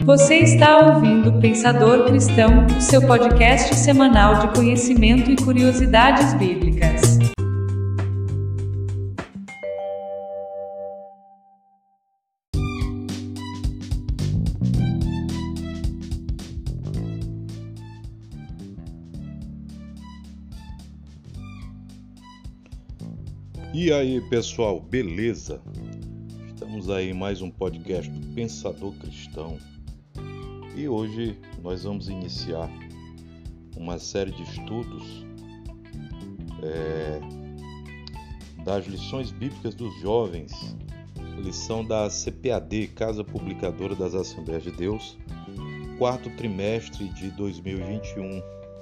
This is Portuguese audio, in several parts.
Você está ouvindo o Pensador Cristão, o seu podcast semanal de conhecimento e curiosidades bíblicas. E aí, pessoal, beleza? Estamos aí em mais um podcast do Pensador Cristão. E hoje nós vamos iniciar uma série de estudos das lições bíblicas dos jovens, lição da CPAD, Casa Publicadora das Assembleias de Deus, quarto trimestre de 2021.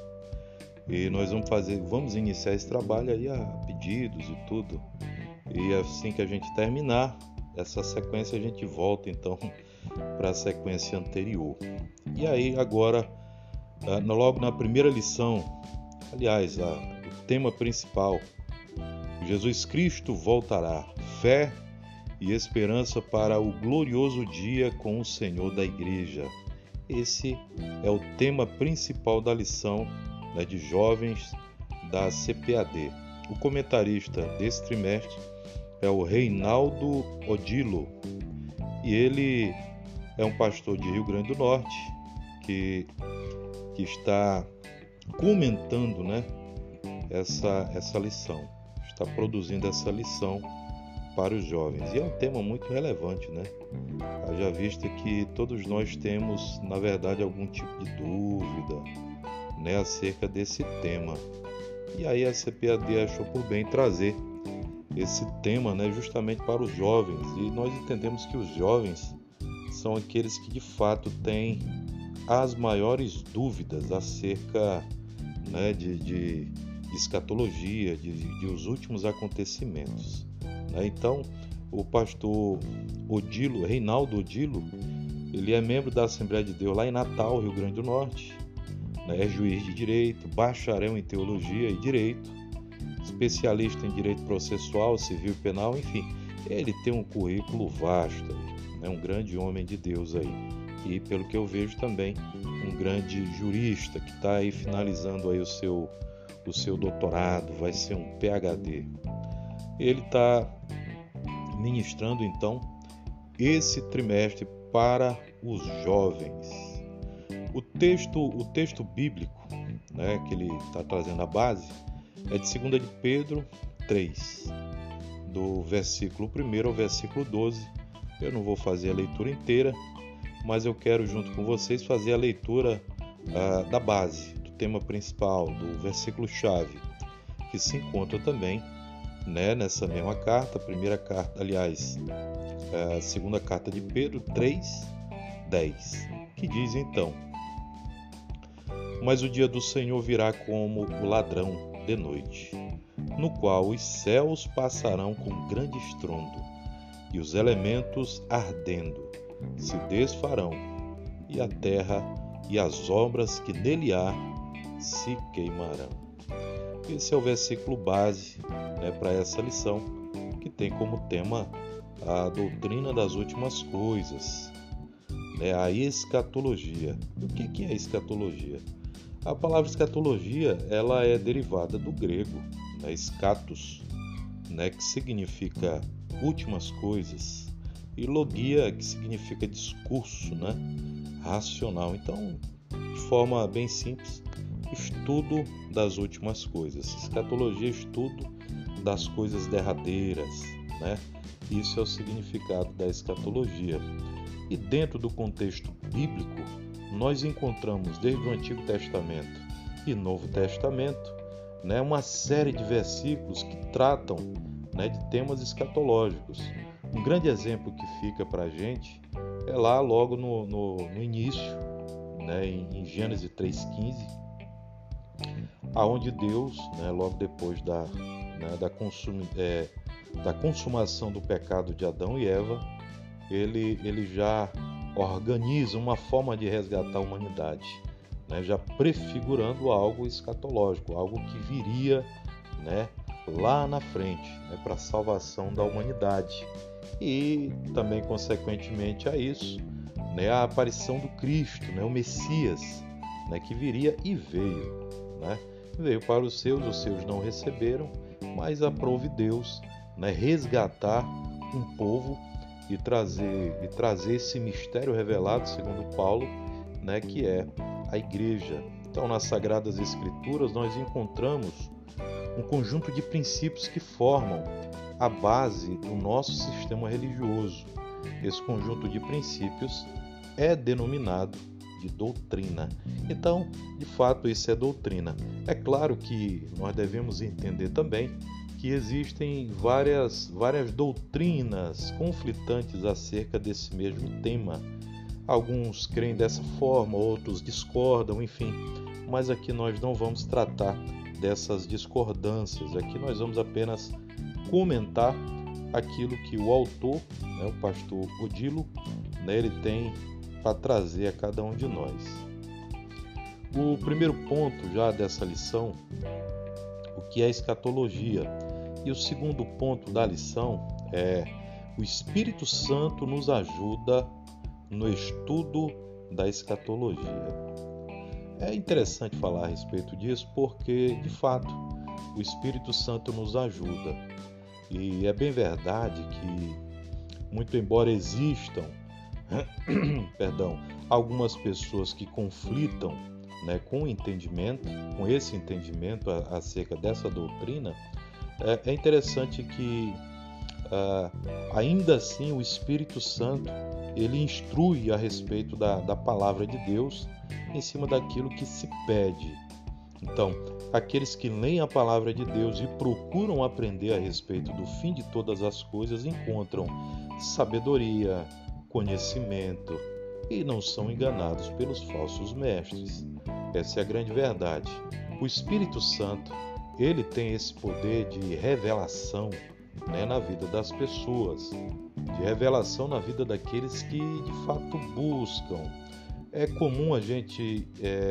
E nós vamos iniciar esse trabalho aí a pedidos e tudo. E assim que a gente terminar essa sequência, a gente volta então para a sequência anterior. E aí agora, logo na primeira lição, aliás, o tema principal, Jesus Cristo voltará, fé e esperança para o glorioso dia com o Senhor da Igreja. Esse é o tema principal da lição de jovens da CPAD. O comentarista desse trimestre é o Reinaldo Odilo, e ele é um pastor de Rio Grande do Norte que está comentando, essa lição, está produzindo essa lição para os jovens. E é um tema muito relevante, Haja vista que todos nós temos, na verdade, algum tipo de dúvida acerca desse tema. E aí a CPAD achou por bem trazer esse tema justamente para os jovens. E nós entendemos que os jovens são aqueles que de fato têm as maiores dúvidas acerca de escatologia, de os últimos acontecimentos. Então, o pastor Reinaldo Odilo, ele é membro da Assembleia de Deus lá em Natal, Rio Grande do Norte. É juiz de direito, bacharel em teologia e direito, especialista em direito processual, civil e penal, enfim. Ele tem um currículo vasto, um grande homem de Deus aí. E pelo que eu vejo também, um grande jurista que está aí finalizando aí o seu doutorado, vai ser um PhD. Ele está ministrando então esse trimestre para os jovens. O texto bíblico que ele está trazendo a base é de 2 de Pedro 3, do versículo 1 ao versículo 12. Eu não vou fazer a leitura inteira, mas eu quero junto com vocês fazer a leitura da base, do tema principal, do versículo-chave, que se encontra também nessa mesma carta, a segunda carta de Pedro 3, 10, que diz então: Mas o dia do Senhor virá como o ladrão de noite, no qual os céus passarão com grande estrondo, e os elementos ardendo se desfarão, e a terra e as obras que nele há se queimarão. Esse é o versículo base para essa lição, que tem como tema a doutrina das últimas coisas, a escatologia. O que é a escatologia? A palavra escatologia, ela é derivada do grego, escatos, que significa últimas coisas, e logia, que significa discurso, racional. Então, de forma bem simples, estudo das últimas coisas. Escatologia, estudo das coisas derradeiras, Isso é o significado da escatologia. E dentro do contexto bíblico, nós encontramos desde o Antigo Testamento e Novo Testamento uma série de versículos que tratam de temas escatológicos. Um grande exemplo que fica para a gente é lá logo no início, em Gênesis 3,15, aonde Deus, logo depois da consumação do pecado de Adão e Eva, ele já organiza uma forma de resgatar a humanidade, já prefigurando algo escatológico, algo que viria lá na frente, para a salvação da humanidade. E também, consequentemente a isso, né, a aparição do Cristo, né, o Messias, né, que viria e veio. Né? Veio para os seus não receberam, mas aprove Deus, né, resgatar um povo e trazer esse mistério revelado, segundo Paulo, né, que é a igreja. Então, nas Sagradas Escrituras, nós encontramos um conjunto de princípios que formam a base do nosso sistema religioso. Esse conjunto de princípios é denominado de doutrina. Então, de fato, isso é doutrina. É claro que nós devemos entender também que existem várias doutrinas conflitantes acerca desse mesmo tema. Alguns creem dessa forma, outros discordam, enfim. Mas aqui nós não vamos tratar dessas discordâncias. Aqui nós vamos apenas comentar aquilo que o autor, né, o pastor Odilo, né, ele tem para trazer a cada um de nós. O primeiro ponto já dessa lição, o que é escatologia? E o segundo ponto da lição é: o Espírito Santo nos ajuda no estudo da escatologia. É interessante falar a respeito disso porque, de fato, o Espírito Santo nos ajuda. E é bem verdade que, muito embora existam algumas pessoas que conflitam, né, com esse entendimento acerca dessa doutrina, é interessante que ainda assim o Espírito Santo ele instrui a respeito da palavra de Deus em cima daquilo que se pede. Então, aqueles que leem a palavra de Deus e procuram aprender a respeito do fim de todas as coisas encontram sabedoria, conhecimento e não são enganados pelos falsos mestres. Essa é a grande verdade. O Espírito Santo, ele tem esse poder de revelação, né, na vida das pessoas, de revelação na vida daqueles que de fato buscam. É comum a gente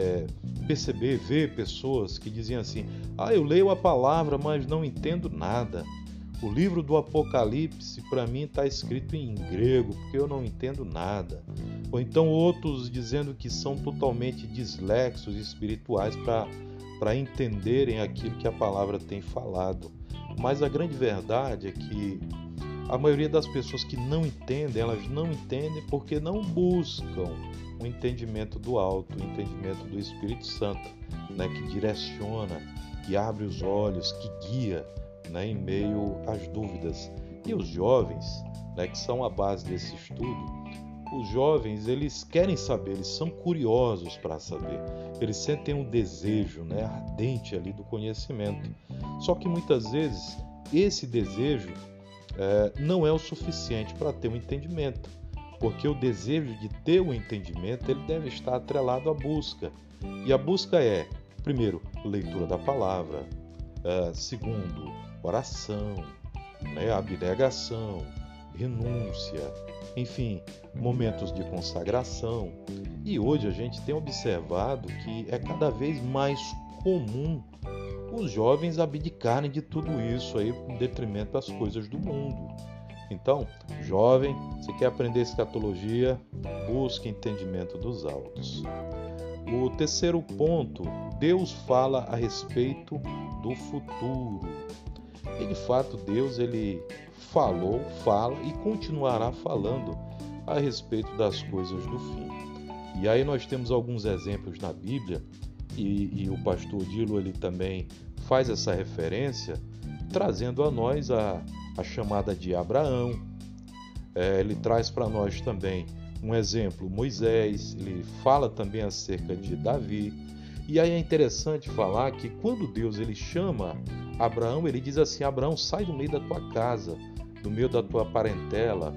ver pessoas que dizem assim: eu leio a palavra, mas não entendo nada. O livro do Apocalipse, para mim, está escrito em grego, porque eu não entendo nada. Ou então outros dizendo que são totalmente dislexos espirituais para entenderem aquilo que a palavra tem falado. Mas a grande verdade é que a maioria das pessoas que não entendem, elas não entendem porque não buscam o entendimento do alto, o entendimento do Espírito Santo, né, que direciona, que abre os olhos, que guia, né, em meio às dúvidas. E os jovens, né, que são a base desse estudo, os jovens, eles querem saber, eles são curiosos para saber, eles sentem um desejo, né, ardente ali do conhecimento. Só que muitas vezes esse desejo não é o suficiente para ter um entendimento, porque o desejo de ter um entendimento ele deve estar atrelado à busca. E a busca é, primeiro, leitura da palavra, segundo, oração, né, abnegação, renúncia, enfim, momentos de consagração. E hoje a gente tem observado que é cada vez mais comum os jovens abdicarem de tudo isso aí em detrimento das coisas do mundo. Então, jovem, se quer aprender escatologia, busque entendimento dos altos. O terceiro ponto, Deus fala a respeito do futuro. E de fato Deus ele fala e continuará falando a respeito das coisas do fim. E aí nós temos alguns exemplos na Bíblia e o pastor Odilo ele também faz essa referência, trazendo a nós a chamada de Abraão. Ele traz para nós também um exemplo, Moisés, ele fala também acerca de Davi. E aí é interessante falar que quando Deus ele chama Abraão, ele diz assim: Abraão, sai do meio da tua casa, do meio da tua parentela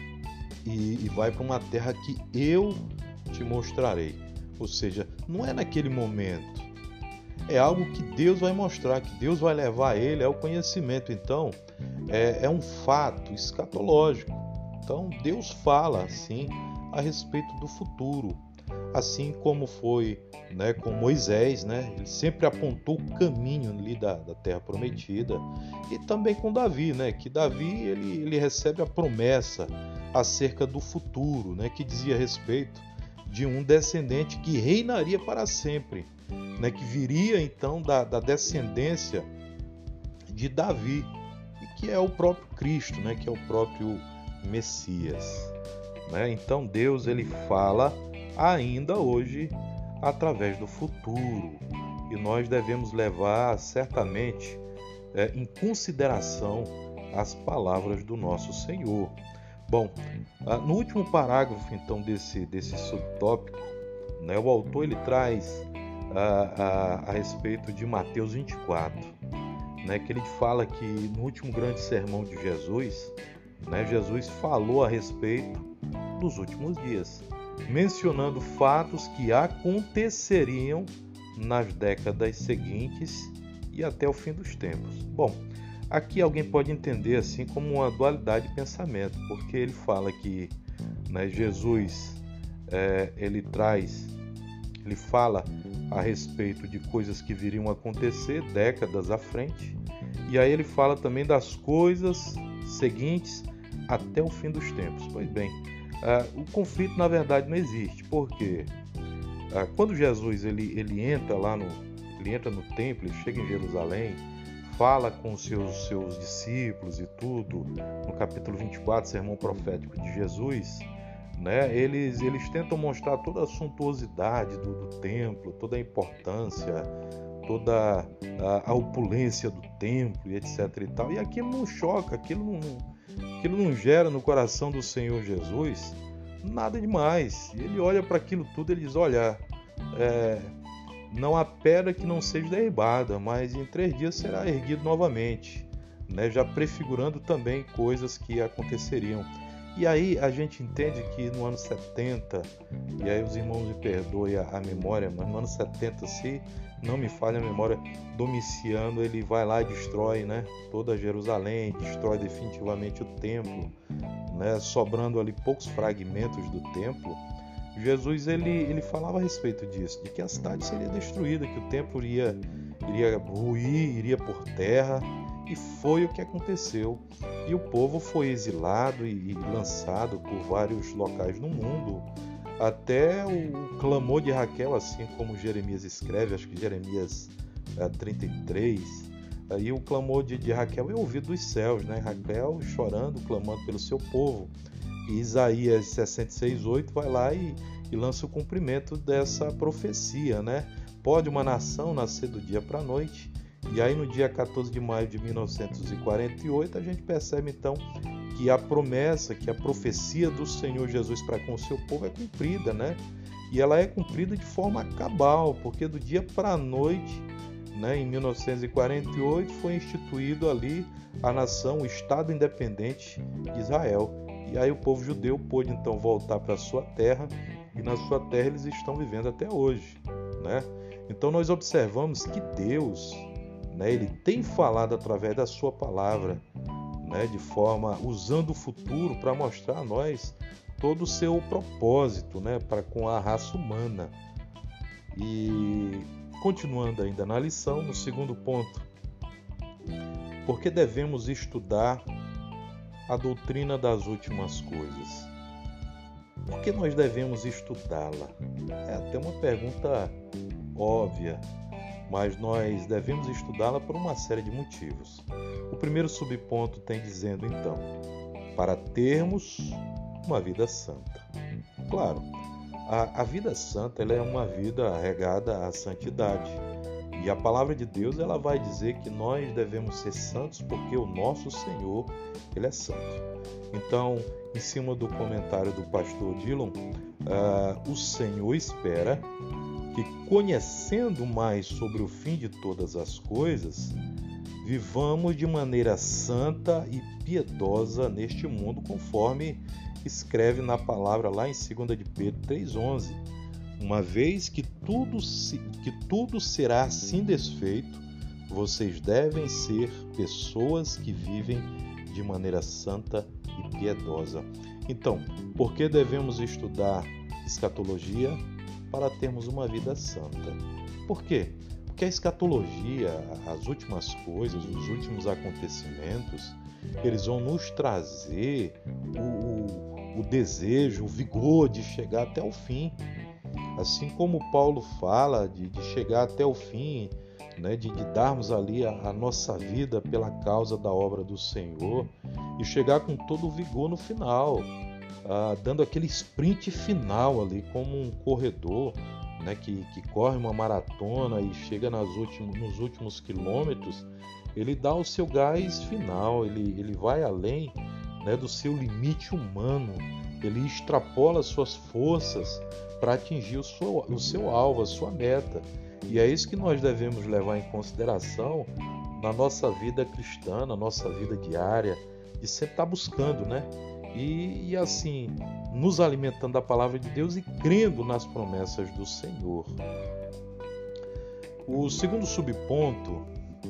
e vai para uma terra que eu te mostrarei. Ou seja, não é naquele momento, é algo que Deus vai mostrar, que Deus vai levar ele ao conhecimento. Então, é um fato escatológico. Então, Deus fala assim a respeito do futuro, assim como foi, né, com Moisés, né? Ele sempre apontou o caminho ali da Terra Prometida, e também com Davi, né? Que Davi ele recebe a promessa acerca do futuro, né, que dizia a respeito de um descendente que reinaria para sempre, né, que viria então da descendência de Davi, que é o próprio Cristo, né, que é o próprio Messias, né? Então Deus ele fala ainda hoje através do futuro, e nós devemos levar certamente em consideração as palavras do nosso Senhor. Bom, no último parágrafo então desse subtópico, né, o autor ele traz a respeito de Mateus 24, né, que ele fala que no último grande sermão de Jesus, né, Jesus falou a respeito dos últimos dias, mencionando fatos que aconteceriam nas décadas seguintes e até o fim dos tempos. Bom, aqui alguém pode entender assim como uma dualidade de pensamento, porque ele fala que, né, Jesus ele fala a respeito de coisas que viriam a acontecer décadas à frente, e aí ele fala também das coisas seguintes até o fim dos tempos. Pois bem, o conflito na verdade não existe, porque quando Jesus ele entra no templo, ele chega em Jerusalém, fala com os seus discípulos e tudo, no capítulo 24, sermão profético de Jesus, né, eles tentam mostrar toda a suntuosidade do templo, toda a importância, toda a opulência do templo e etc e tal, e aquilo não choca, aquilo não gera no coração do Senhor Jesus nada demais. Ele olha para aquilo tudo e ele diz, olha, não há pedra que não seja derribada, mas em 3 dias será erguido novamente, né? Já prefigurando também coisas que aconteceriam. E aí a gente entende que no ano 70, e aí os irmãos me perdoem a memória, mas no ano 70, se não me falha a memória, Domiciano ele vai lá e destrói, né, toda Jerusalém, destrói definitivamente o templo, né, sobrando ali poucos fragmentos do templo. Jesus ele falava a respeito disso, de que a cidade seria destruída, que o templo iria ruir, iria por terra, e foi o que aconteceu. E o povo foi exilado e lançado por vários locais no mundo, até o clamor de Raquel, assim como Jeremias escreve, acho que Jeremias 33, aí o clamor de Raquel é ouvido dos céus, né? Raquel chorando, clamando pelo seu povo. E Isaías 66:8 vai lá e lança o cumprimento dessa profecia, né? Pode uma nação nascer do dia para a noite? E aí no dia 14 de maio de 1948 a gente percebe então que a promessa, que a profecia do Senhor Jesus para com o seu povo é cumprida, né? E ela é cumprida de forma cabal, porque do dia para a noite, né, em 1948 foi instituído ali a nação, o Estado independente de Israel. E aí o povo judeu pôde então voltar para a sua terra, e na sua terra eles estão vivendo até hoje, né? Então nós observamos que Deus, né, ele tem falado através da sua palavra, né, de forma usando o futuro para mostrar a nós todo o seu propósito, né, para com a raça humana. E continuando ainda na lição, no segundo ponto, por que devemos estudar a doutrina das últimas coisas? Por que nós devemos estudá-la? É até uma pergunta óbvia, mas nós devemos estudá-la por uma série de motivos. O primeiro subponto tem dizendo então, para termos uma vida santa. Claro, a vida santa ela é uma vida regada à santidade. E a palavra de Deus ela vai dizer que nós devemos ser santos porque o nosso Senhor ele é santo. Então, em cima do comentário do pastor Dillon, o Senhor espera que, conhecendo mais sobre o fim de todas as coisas, vivamos de maneira santa e piedosa neste mundo, conforme escreve na palavra lá em 2 de Pedro 3,11. Uma vez que tudo será assim desfeito, vocês devem ser pessoas que vivem de maneira santa e piedosa. Então, por que devemos estudar escatologia? Para termos uma vida santa. Por quê? Porque a escatologia, as últimas coisas, os últimos acontecimentos, eles vão nos trazer o desejo, o vigor de chegar até o fim. Assim como Paulo fala de chegar até o fim, né, de darmos ali a nossa vida pela causa da obra do Senhor e chegar com todo o vigor no final, dando aquele sprint final ali, como um corredor, né, que corre uma maratona e chega nos últimos quilômetros. Ele dá o seu gás final, ele vai além, né, do seu limite humano, ele extrapola suas forças para atingir o seu alvo, a sua meta. E é isso que nós devemos levar em consideração na nossa vida cristã, na nossa vida diária, de sempre estar buscando, né? E assim, nos alimentando da palavra de Deus e crendo nas promessas do Senhor. O segundo subponto,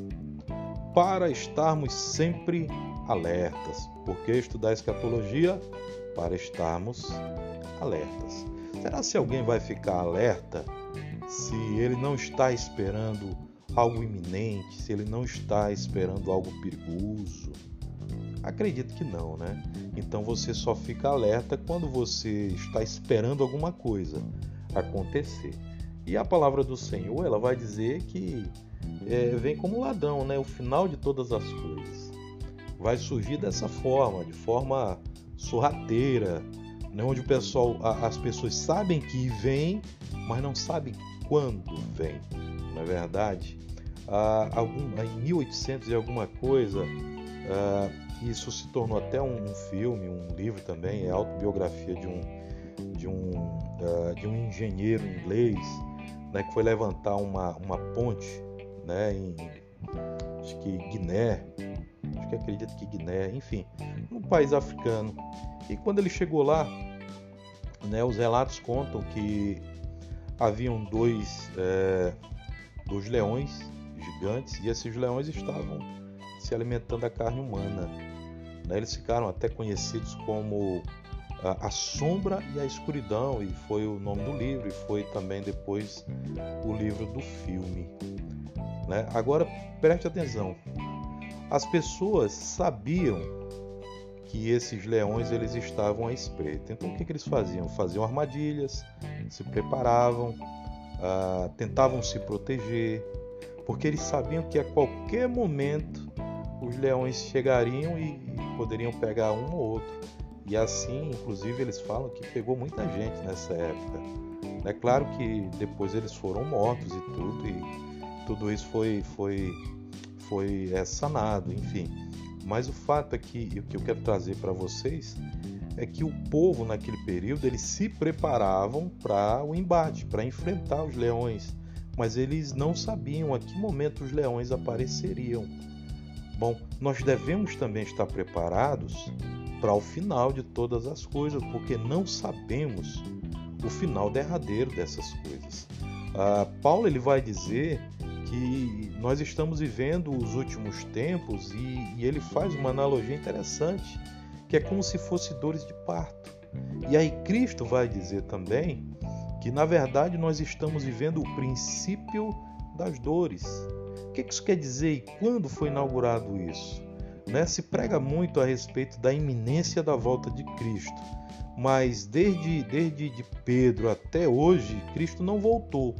para estarmos sempre alertas. Por que estudar escatologia? Para estarmos alertas. Será se alguém vai ficar alerta se ele não está esperando algo iminente, se ele não está esperando algo perigoso? Acredito que não, né? Então você só fica alerta quando você está esperando alguma coisa acontecer. E a palavra do Senhor, ela vai dizer que vem como ladrão, né? O final de todas as coisas vai surgir dessa forma, de forma sorrateira, né? Onde as pessoas sabem que vem, mas não sabem quando vem. Na verdade, em 1800 e alguma coisa, isso se tornou até um filme, um livro também, é a autobiografia de um engenheiro inglês, né, que foi levantar uma ponte, né, acho que Guiné, acredito que Guiné, enfim, um país africano. E quando ele chegou lá, né, os relatos contam que haviam dois leões gigantes, e esses leões estavam se alimentando da carne humana. Eles ficaram até conhecidos como A Sombra e a Escuridão, e foi o nome do livro, e foi também depois o livro do filme. Agora, preste atenção. As pessoas sabiam que esses leões eles estavam à espreita. Então, o que eles faziam? Faziam armadilhas, se preparavam, tentavam se proteger, porque eles sabiam que a qualquer momento os leões chegariam e poderiam pegar um ou outro. E assim, inclusive, eles falam que pegou muita gente nessa época. É claro que depois eles foram mortos e tudo isso foi sanado, enfim. Mas o fato é que o que eu quero trazer para vocês é que o povo naquele período eles se preparavam para o embate, para enfrentar os leões, mas eles não sabiam a que momento os leões apareceriam. Bom, nós devemos também estar preparados para o final de todas as coisas, porque não sabemos o final derradeiro dessas coisas. Paulo ele vai dizer que nós estamos vivendo os últimos tempos e ele faz uma analogia interessante, que é como se fosse dores de parto. E aí Cristo vai dizer também que, na verdade, nós estamos vivendo o princípio das dores. O que isso quer dizer e quando foi inaugurado isso? Se prega muito a respeito da iminência da volta de Cristo, mas desde de Pedro até hoje, Cristo não voltou.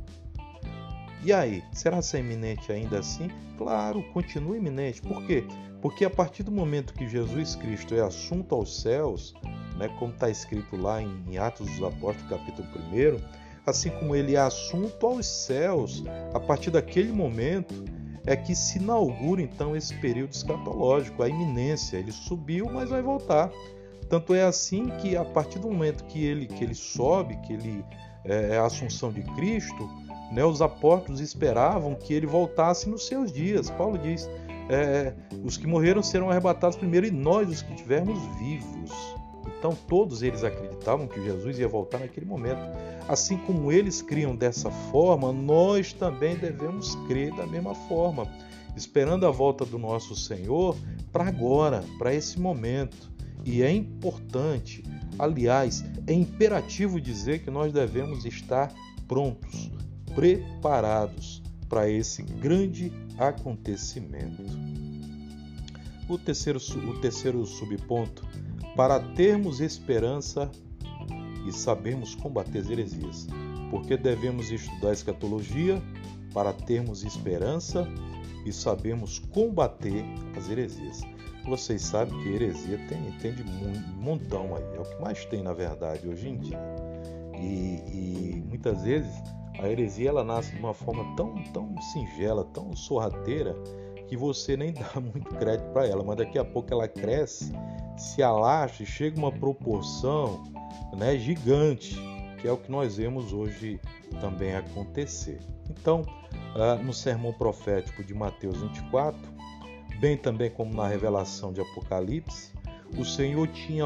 E aí, será ser iminente ainda assim? Claro, continua iminente. Por quê? Porque a partir do momento que Jesus Cristo é assunto aos céus, né, como está escrito lá em Atos dos Apóstolos, capítulo 1, assim como ele é assunto aos céus, a partir daquele momento é que se inaugura então esse período escatológico, a iminência. Ele subiu, mas vai voltar. Tanto é assim que a partir do momento que ele sobe, que ele é a assunção de Cristo, né, os apóstolos esperavam que ele voltasse nos seus dias. Paulo diz, os que morreram serão arrebatados primeiro e nós, os que estivermos vivos. Então todos eles acreditavam que Jesus ia voltar naquele momento. Assim como eles criam dessa forma, nós também devemos crer da mesma forma, esperando a volta do nosso Senhor para agora, para esse momento. E é importante, aliás, é imperativo dizer que nós devemos estar prontos, preparados para esse grande acontecimento. O terceiro subponto, para termos esperança e sabermos combater as heresias. Porque devemos estudar a escatologia para termos esperança e sabermos combater as heresias. Vocês sabem que heresia tem de montão aí, é o que mais tem na verdade hoje em dia. E muitas vezes a heresia ela nasce de uma forma tão singela, tão sorrateira, que você nem dá muito crédito para ela, mas daqui a pouco ela cresce, se alastra e chega uma proporção, né, gigante, que é o que nós vemos hoje também acontecer. Então, no sermão profético de Mateus 24, bem também como na revelação de Apocalipse, o Senhor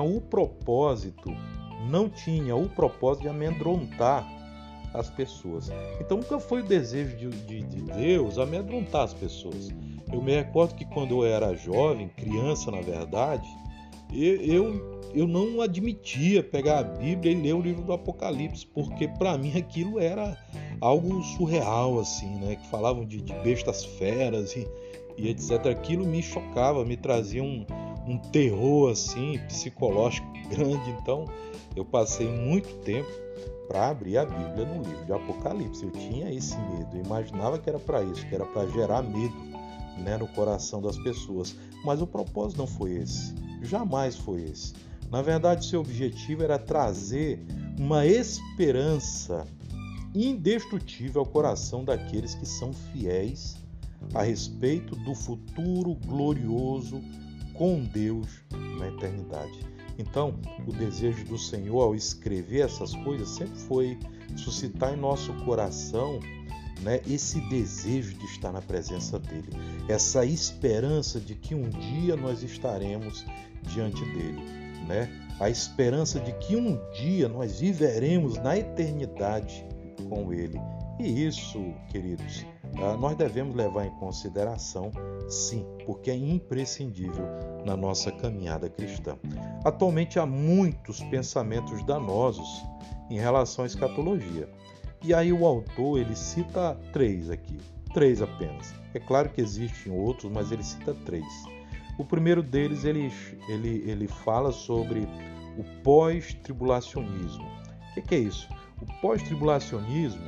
não tinha o propósito de amedrontar as pessoas. Então nunca foi o desejo de Deus amedrontar as pessoas. Eu me recordo que quando eu era jovem, criança na verdade, eu não admitia pegar a Bíblia e ler o livro do Apocalipse, porque para mim aquilo era algo surreal, assim, né? Que falavam de bestas feras e etc. Aquilo me chocava, me trazia um terror assim, psicológico grande. Então eu passei muito tempo para abrir a Bíblia no livro de Apocalipse. Eu tinha esse medo, eu imaginava que era para isso, que era para gerar medo, né, no coração das pessoas. Mas o propósito não foi esse, jamais foi esse. Na verdade, seu objetivo era trazer uma esperança indestrutível ao coração daqueles que são fiéis a respeito do futuro glorioso com Deus na eternidade. Então, o desejo do Senhor ao escrever essas coisas sempre foi suscitar em nosso coração, né, esse desejo de estar na presença dele, essa esperança de que um dia nós estaremos diante dele, né? A esperança de que um dia nós viveremos na eternidade com ele. E isso, queridos, nós devemos levar em consideração, sim, porque é imprescindível na nossa caminhada cristã. Atualmente há muitos pensamentos danosos em relação à escatologia. E aí o autor ele cita três apenas. É claro que existem outros, mas ele cita três. O primeiro deles ele fala sobre o pós-tribulacionismo. O que é isso? O pós-tribulacionismo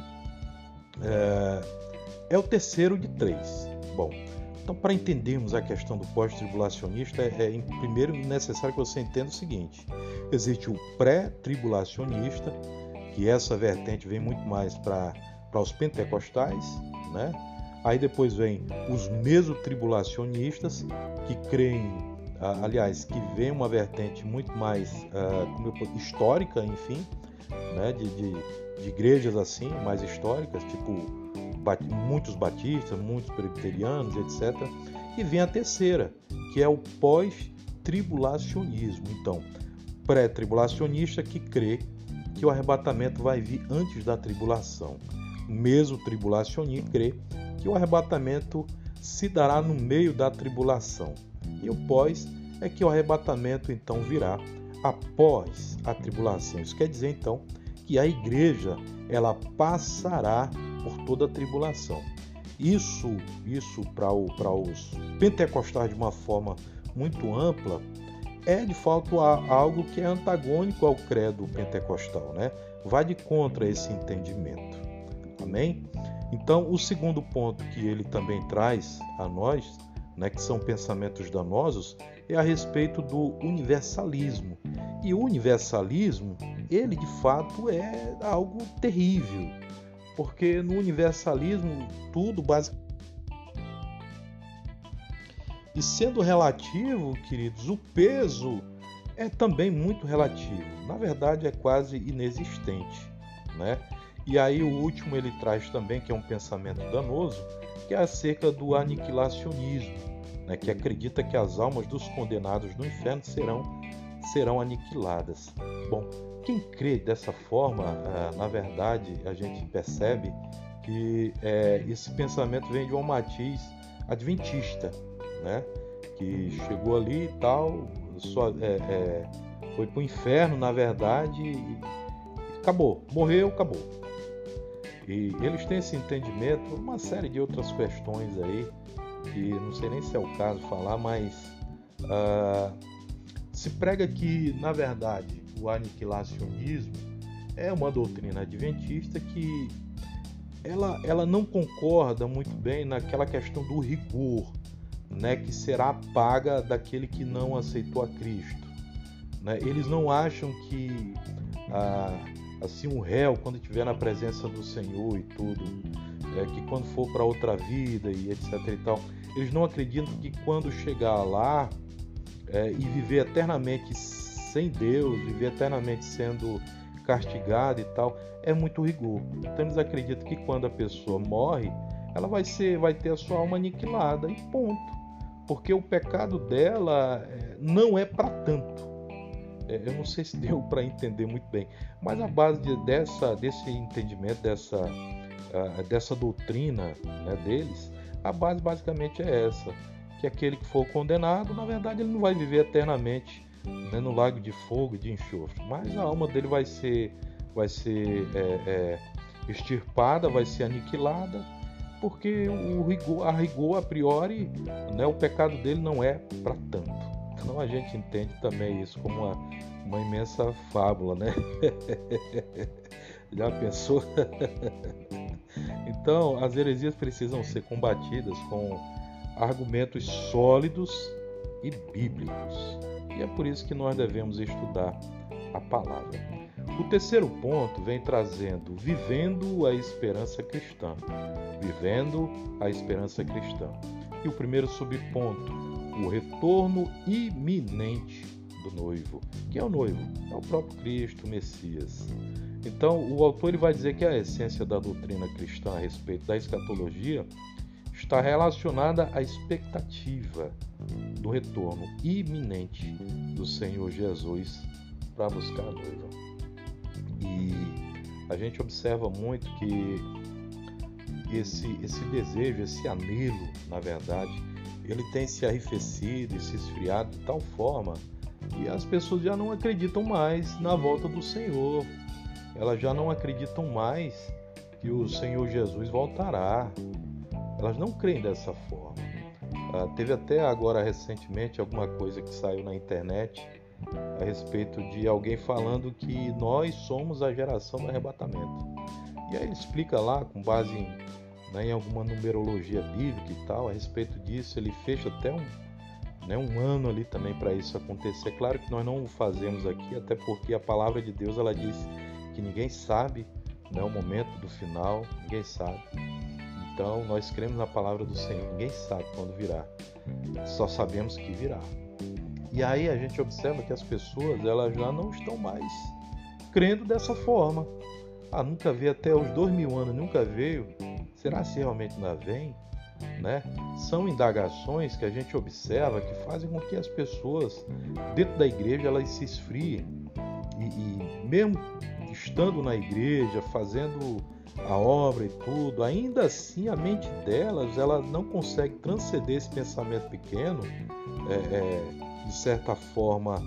é o terceiro de três. Bom, então para entendermos a questão do pós-tribulacionista, primeiro necessário que você entenda o seguinte: existe o pré-tribulacionista, que essa vertente vem muito mais para os pentecostais, né? Aí depois vem os mesotribulacionistas, que creem, que vem uma vertente muito mais histórica, enfim, né? de igrejas assim, mais históricas, tipo muitos batistas, muitos presbiterianos, etc. E vem a terceira, que é o pós-tribulacionismo. Então, pré-tribulacionista que crê que o arrebatamento vai vir antes da tribulação. Mesotribulacionista crê que o arrebatamento se dará no meio da tribulação. E o pós é que o arrebatamento então virá após a tribulação. Isso quer dizer então que a igreja ela passará por toda a tribulação. Isso para os pentecostais de uma forma muito ampla é de fato algo que é antagônico ao credo pentecostal, né? Vai de contra esse entendimento. Amém? Então, o segundo ponto que ele também traz a nós, né, que são pensamentos danosos, é a respeito do universalismo. E o universalismo, ele de fato é algo terrível, porque no universalismo tudo basicamente... E sendo relativo, queridos, o peso é também muito relativo. Na verdade, é quase inexistente, né? E aí o último ele traz também, que é um pensamento danoso, que é acerca do aniquilacionismo, né? Que acredita que as almas dos condenados no inferno serão aniquiladas. Bom, quem crê dessa forma, na verdade, a gente percebe que esse pensamento vem de uma matriz adventista, né? Que chegou ali e tal, foi para o inferno, na verdade, e acabou, morreu, acabou. E eles têm esse entendimento, uma série de outras questões aí, que não sei nem se é o caso falar, mas Se prega que, na verdade, o aniquilacionismo é uma doutrina adventista que ela não concorda muito bem naquela questão do rigor, né, que será a paga daquele que não aceitou a Cristo. Né? Eles não acham que assim um réu, quando estiver na presença do Senhor e tudo, que quando for para outra vida e etc e tal, eles não acreditam que quando chegar lá e viver eternamente sem Deus, viver eternamente sendo castigado e tal, é muito rigor. Então eles acreditam que quando a pessoa morre, ela vai ter a sua alma aniquilada e ponto. Porque o pecado dela não é para tanto. Eu não sei se deu para entender muito bem, mas a base desse entendimento, dessa doutrina, né, deles, a base basicamente é essa, que aquele que for condenado, na verdade, ele não vai viver eternamente, né, no lago de fogo e de enxofre, mas a alma dele vai ser extirpada, vai ser aniquilada, porque a rigor, a priori, né, o pecado dele não é para tanto. Então a gente entende também isso como uma imensa fábula, né? Já pensou? Então, as heresias precisam ser combatidas com argumentos sólidos e bíblicos. E é por isso que nós devemos estudar a palavra. O terceiro ponto vem trazendo vivendo a esperança cristã. Vivendo a esperança cristã. E o primeiro subponto, o retorno iminente do noivo. Quem é o noivo? É o próprio Cristo, o Messias. Então, o autor ele vai dizer que a essência da doutrina cristã a respeito da escatologia está relacionada à expectativa do retorno iminente do Senhor Jesus para buscar a noiva. E a gente observa muito que esse desejo, esse anelo, na verdade, ele tem se arrefecido e se esfriado de tal forma que as pessoas já não acreditam mais na volta do Senhor. Elas já não acreditam mais que o Senhor Jesus voltará. Elas não creem dessa forma. Teve até agora recentemente alguma coisa que saiu na internet a respeito de alguém falando que nós somos a geração do arrebatamento. E aí ele explica lá, com base em alguma numerologia bíblica e tal, a respeito disso. Ele fecha até um ano ali também para isso acontecer. Claro que nós não o fazemos aqui, até porque a palavra de Deus ela diz que ninguém sabe, né, o momento do final, ninguém sabe. Então nós cremos na palavra do Senhor, ninguém sabe quando virá, só sabemos que virá. E aí a gente observa que as pessoas elas já não estão mais crendo dessa forma. Nunca veio até os 2000 anos, nunca veio. Será se realmente ainda vem? Né? São indagações que a gente observa que fazem com que as pessoas dentro da igreja elas se esfriem. E mesmo estando na igreja, fazendo a obra e tudo, ainda assim a mente delas ela não consegue transcender esse pensamento pequeno, de certa forma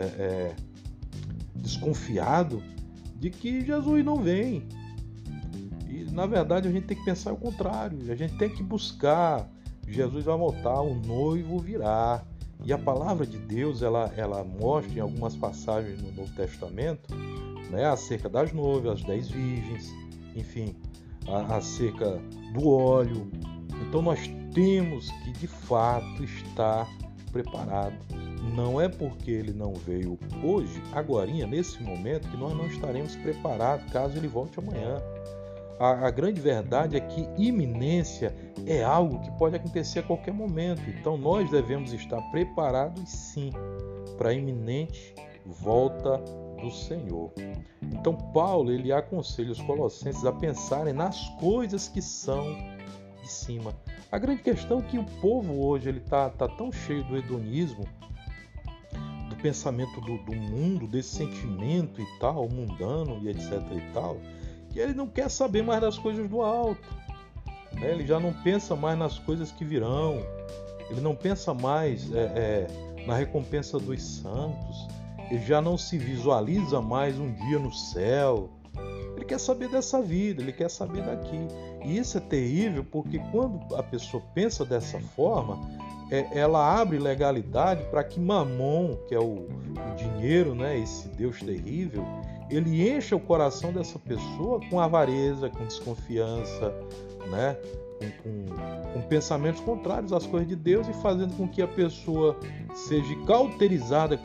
desconfiado de que Jesus não vem. E na verdade a gente tem que pensar o contrário, a gente tem que buscar, Jesus vai voltar, o noivo virá. E a palavra de Deus ela mostra em algumas passagens no Novo Testamento, né, acerca das noivas, as 10 virgens, enfim, acerca do óleo. Então nós temos que de fato estar preparado. Não é porque ele não veio hoje, agorinha, nesse momento, que nós não estaremos preparados caso ele volte amanhã. A grande verdade é que iminência é algo que pode acontecer a qualquer momento. Então nós devemos estar preparados sim para a iminente volta do Senhor. Então Paulo ele aconselha os colossenses a pensarem nas coisas que são de cima. A grande questão é que o povo hoje ele tá tão cheio do hedonismo, do pensamento do mundo, desse sentimento e tal, mundano e etc e tal, que ele não quer saber mais das coisas do alto, né? Ele já não pensa mais nas coisas que virão, ele não pensa mais na recompensa dos santos, ele já não se visualiza mais um dia no céu. Ele quer saber dessa vida, ele quer saber daqui. E isso é terrível porque quando a pessoa pensa dessa forma, ela abre legalidade para que Mamon, que é o dinheiro, né, esse Deus terrível, ele encha o coração dessa pessoa com avareza, com desconfiança, né, com pensamentos contrários às coisas de Deus e fazendo com que a pessoa seja cauterizada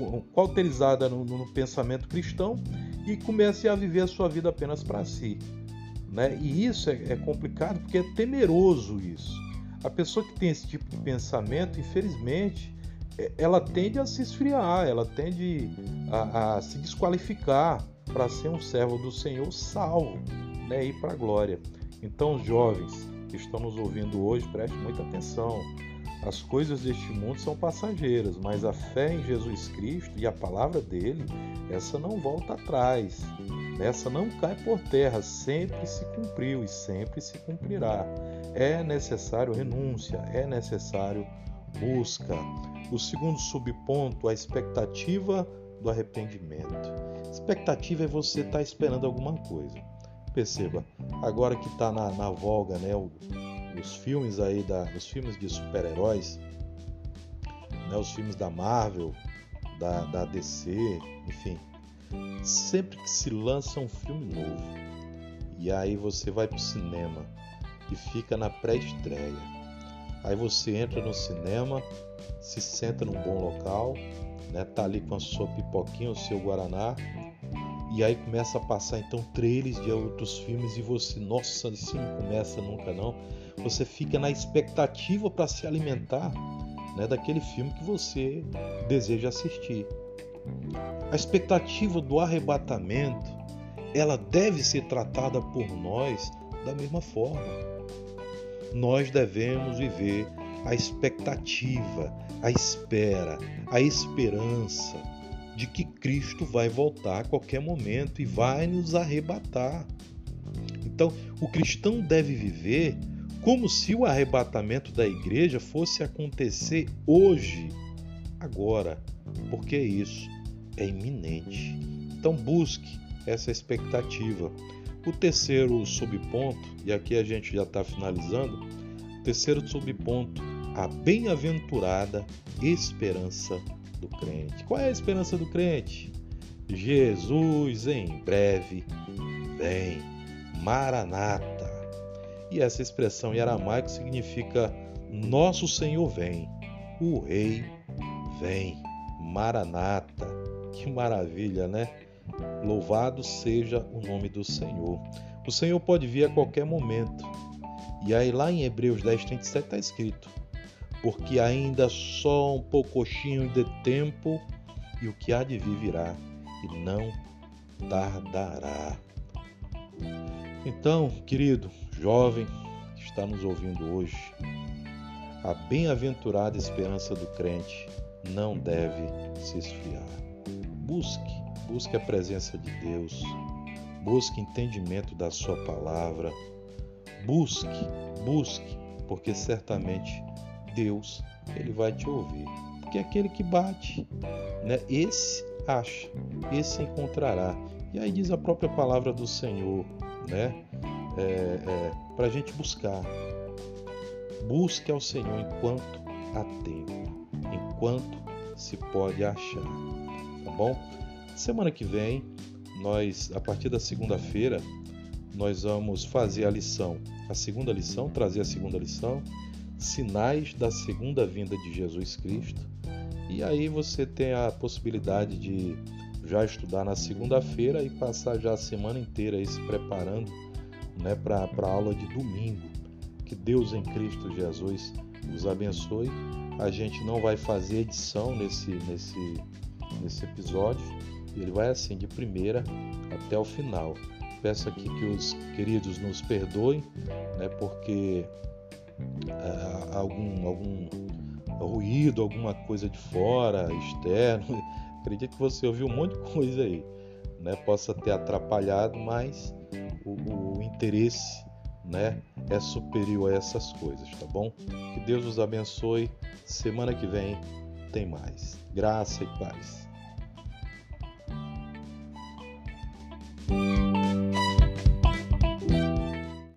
no pensamento cristão e comece a viver a sua vida apenas para si, né? E isso é complicado porque é temeroso isso. A pessoa que tem esse tipo de pensamento, infelizmente, ela tende a se esfriar, ela tende a se desqualificar para ser um servo do Senhor salvo, né? E ir para a glória. Então, os jovens que estão nos ouvindo hoje, prestem muita atenção. As coisas deste mundo são passageiras, mas a fé em Jesus Cristo e a palavra dele, essa não volta atrás, essa não cai por terra, sempre se cumpriu e sempre se cumprirá. É necessário renúncia, é necessário busca. O segundo subponto, a expectativa do arrependimento. Expectativa é você estar esperando alguma coisa. Perceba, agora que está na voga, né, os filmes aí os filmes de super-heróis, né, os filmes da Marvel, da DC, enfim, sempre que se lança um filme novo e aí você vai para o cinema e fica na pré-estreia, aí você entra no cinema, se senta num bom local, né, tá ali com a sua pipoquinha, o seu guaraná, e aí começa a passar então trailers de outros filmes e você, nossa, isso não começa nunca não. Você fica na expectativa para se alimentar, né, daquele filme que você deseja assistir. A expectativa do arrebatamento, ela deve ser tratada por nós da mesma forma. Nós devemos viver a expectativa, a espera, a esperança de que Cristo vai voltar a qualquer momento e vai nos arrebatar. Então, o cristão deve viver como se o arrebatamento da igreja fosse acontecer hoje, agora, porque isso é iminente. Então, busque essa expectativa. O terceiro subponto, e aqui a gente já está finalizando, o terceiro subponto, a bem-aventurada esperança do crente. Qual é a esperança do crente? Jesus em breve vem, Maranata. E essa expressão em aramaico significa Nosso Senhor vem, o Rei vem, Maranata. Que maravilha, né? Louvado seja o nome do Senhor. O Senhor pode vir a qualquer momento. E aí lá em Hebreus 10:37 está escrito: porque ainda só um poucochinho de tempo e o que há de vir virá e não tardará. Então, querido jovem que está nos ouvindo hoje, a bem-aventurada esperança do crente não deve se esfriar. Busque a presença de Deus, busque entendimento da sua palavra, busque, porque certamente Deus, ele vai te ouvir, porque aquele que bate, né, esse acha, esse encontrará. E aí diz a própria palavra do Senhor, né, para a gente buscar. Busque ao Senhor enquanto há tempo, enquanto se pode achar, tá bom? Semana que vem, a partir da segunda-feira, nós vamos fazer a segunda lição, trazer a segunda lição, sinais da segunda vinda de Jesus Cristo. E aí você tem a possibilidade de já estudar na segunda-feira e passar já a semana inteira aí se preparando, né, para a aula de domingo. Que Deus em Cristo Jesus os abençoe. A gente não vai fazer edição nesse episódio. Ele vai assim de primeira até o final. Peço aqui que os queridos nos perdoem, né, porque algum ruído, alguma coisa de fora, externo, acredito que você ouviu um monte de coisa aí, né? Possa ter atrapalhado, mas o interesse, né, é superior a essas coisas, tá bom? Que Deus os abençoe. Semana que vem tem mais. Graça e paz.